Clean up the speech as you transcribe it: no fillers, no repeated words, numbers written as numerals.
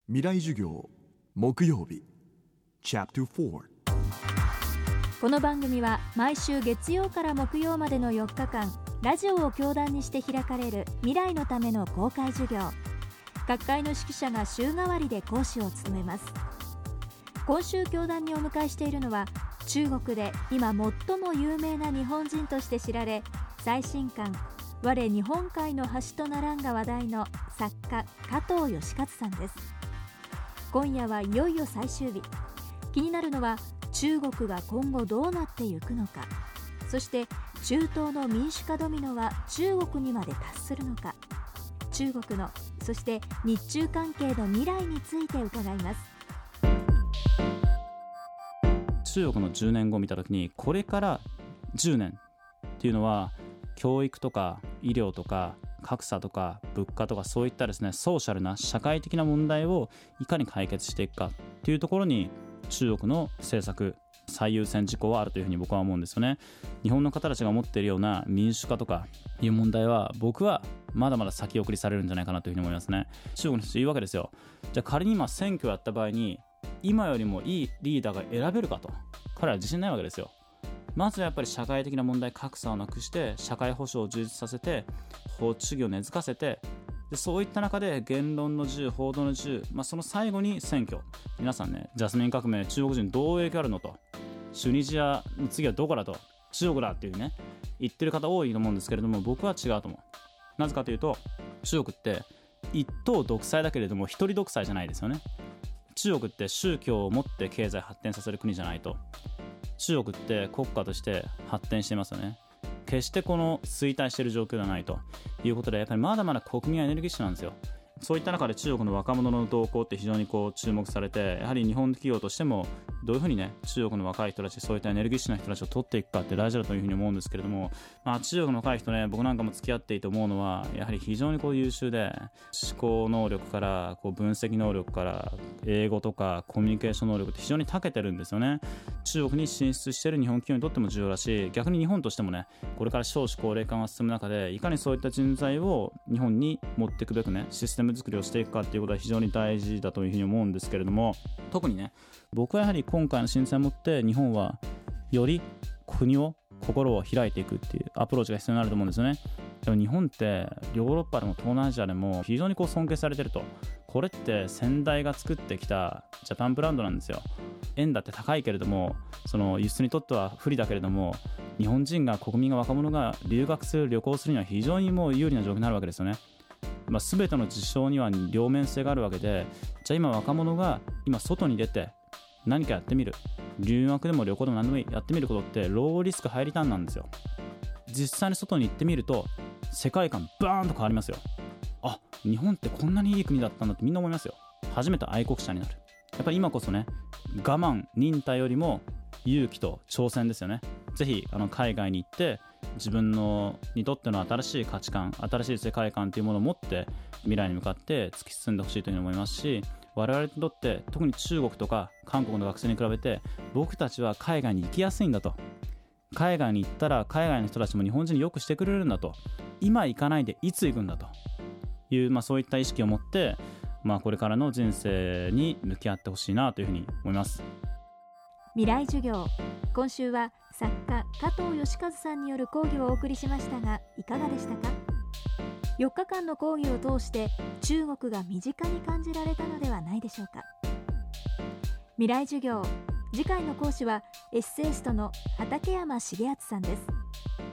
未来授業木曜日チャプター4。 この番組は毎週月曜から木曜までの4日間、ラジオを教壇にして開かれる未来のための公開授業。各界の指揮者が週替わりで講師を務めます。今週教壇にお迎えしているのは、中国で今最も有名な日本人として知られ、最新刊我日本海の橋とならんが話題の作家加藤義和さんです。今夜はいよいよ最終日。気になるのは中国が今後どうなっていくのか、そして中東の民主化ドミノは中国にまで達するのか、中国のそして日中関係の未来について伺います。 中国の10年後を見たときに、これから10年っていうのは教育とか医療とか格差とか物価とか、そういったですね、ソーシャルな社会的な問題をいかに解決していくかっていうところに中国の政策最優先事項はあるというふうに僕は思うんですよね。日本の方たちが持っているような民主化とかいう問題は、僕はまだまだ先送りされるんじゃないかなというふうに思いますね。中国の人言うわけですよ。じゃあ仮に今選挙をやった場合に、今よりもいいリーダーが選べるかと、彼らは自信ないわけですよ。まずはやっぱり社会的な問題、格差をなくして社会保障を充実させて、法治主義を根付かせて、でそういった中で言論の自由、報道の自由、その最後に選挙。皆さんね、ジャスミン革命、中国人どう影響あるのと、チュニジアの次はどこだと、中国だっていうね、言ってる方多いと思うんですけれども、僕は違うと思う。なぜかというと、中国って一党独裁だけれども一人独裁じゃないですよね。中国って宗教を持って経済発展させる国じゃないと。中国って国家として発展していますよね。決してこの衰退している状況ではないということで、やっぱりまだまだ国民はエネルギッシュなんですよ。そういった中で中国の若者の動向って非常に注目されて、やはり日本企業としてもどういうふうにね、中国の若い人たち、そういったエネルギッシュな人たちを取っていくかって大事だというふうに思うんですけれども、中国の若い人ね、僕なんかも付き合っていて思うのは、やはり非常に優秀で、思考能力から分析能力から英語とかコミュニケーション能力って非常に長けてるんですよね。中国に進出している日本企業にとっても重要だし、逆に日本としてもね、これから少子高齢化が進む中で、いかにそういった人材を日本に持っていくべくね、システム作りをしていくかっていうことは非常に大事だというふうに思うんですけれども、特にね、僕はやはり今回の震災をもって日本はより国を心を開いていくっていうアプローチが必要になると思うんですよね。でも日本ってヨーロッパでも東南アジアでも非常に尊敬されてると。これって先代が作ってきたジャパンブランドなんですよ。円だって高いけれども、その輸出にとっては不利だけれども、日本人が国民が若者が留学する旅行するには非常に有利な状況になるわけですよね。全ての事象には両面性があるわけで、じゃあ今若者が今外に出て何かやってみる、留学でも旅行でも何でもいい、やってみることってローリスクハイリターンなんですよ。実際に外に行ってみると世界観バーンと変わりますよ。あ、日本ってこんなにいい国だったんだってみんな思いますよ。初めて愛国者になる。やっぱり今こそね、我慢忍耐よりも勇気と挑戦ですよね。ぜひ海外に行って自分にとっての新しい価値観、新しい世界観というものを持って未来に向かって突き進んでほしいというふうに思いますし、我々にとって特に中国とか韓国の学生に比べて僕たちは海外に行きやすいんだと。海外に行ったら海外の人たちも日本人によくしてくれるんだと。今行かないでいつ行くんだという、そういった意識を持って、これからの人生に向き合ってほしいなというふうに思います。 未来授業、今週は作家加藤義和さんによる講義をお送りしましたが、いかがでしたか。4日間の講義を通して中国が身近に感じられたのではないでしょうか。未来授業、次回の講師はエッセイストの畠山重敦さんです。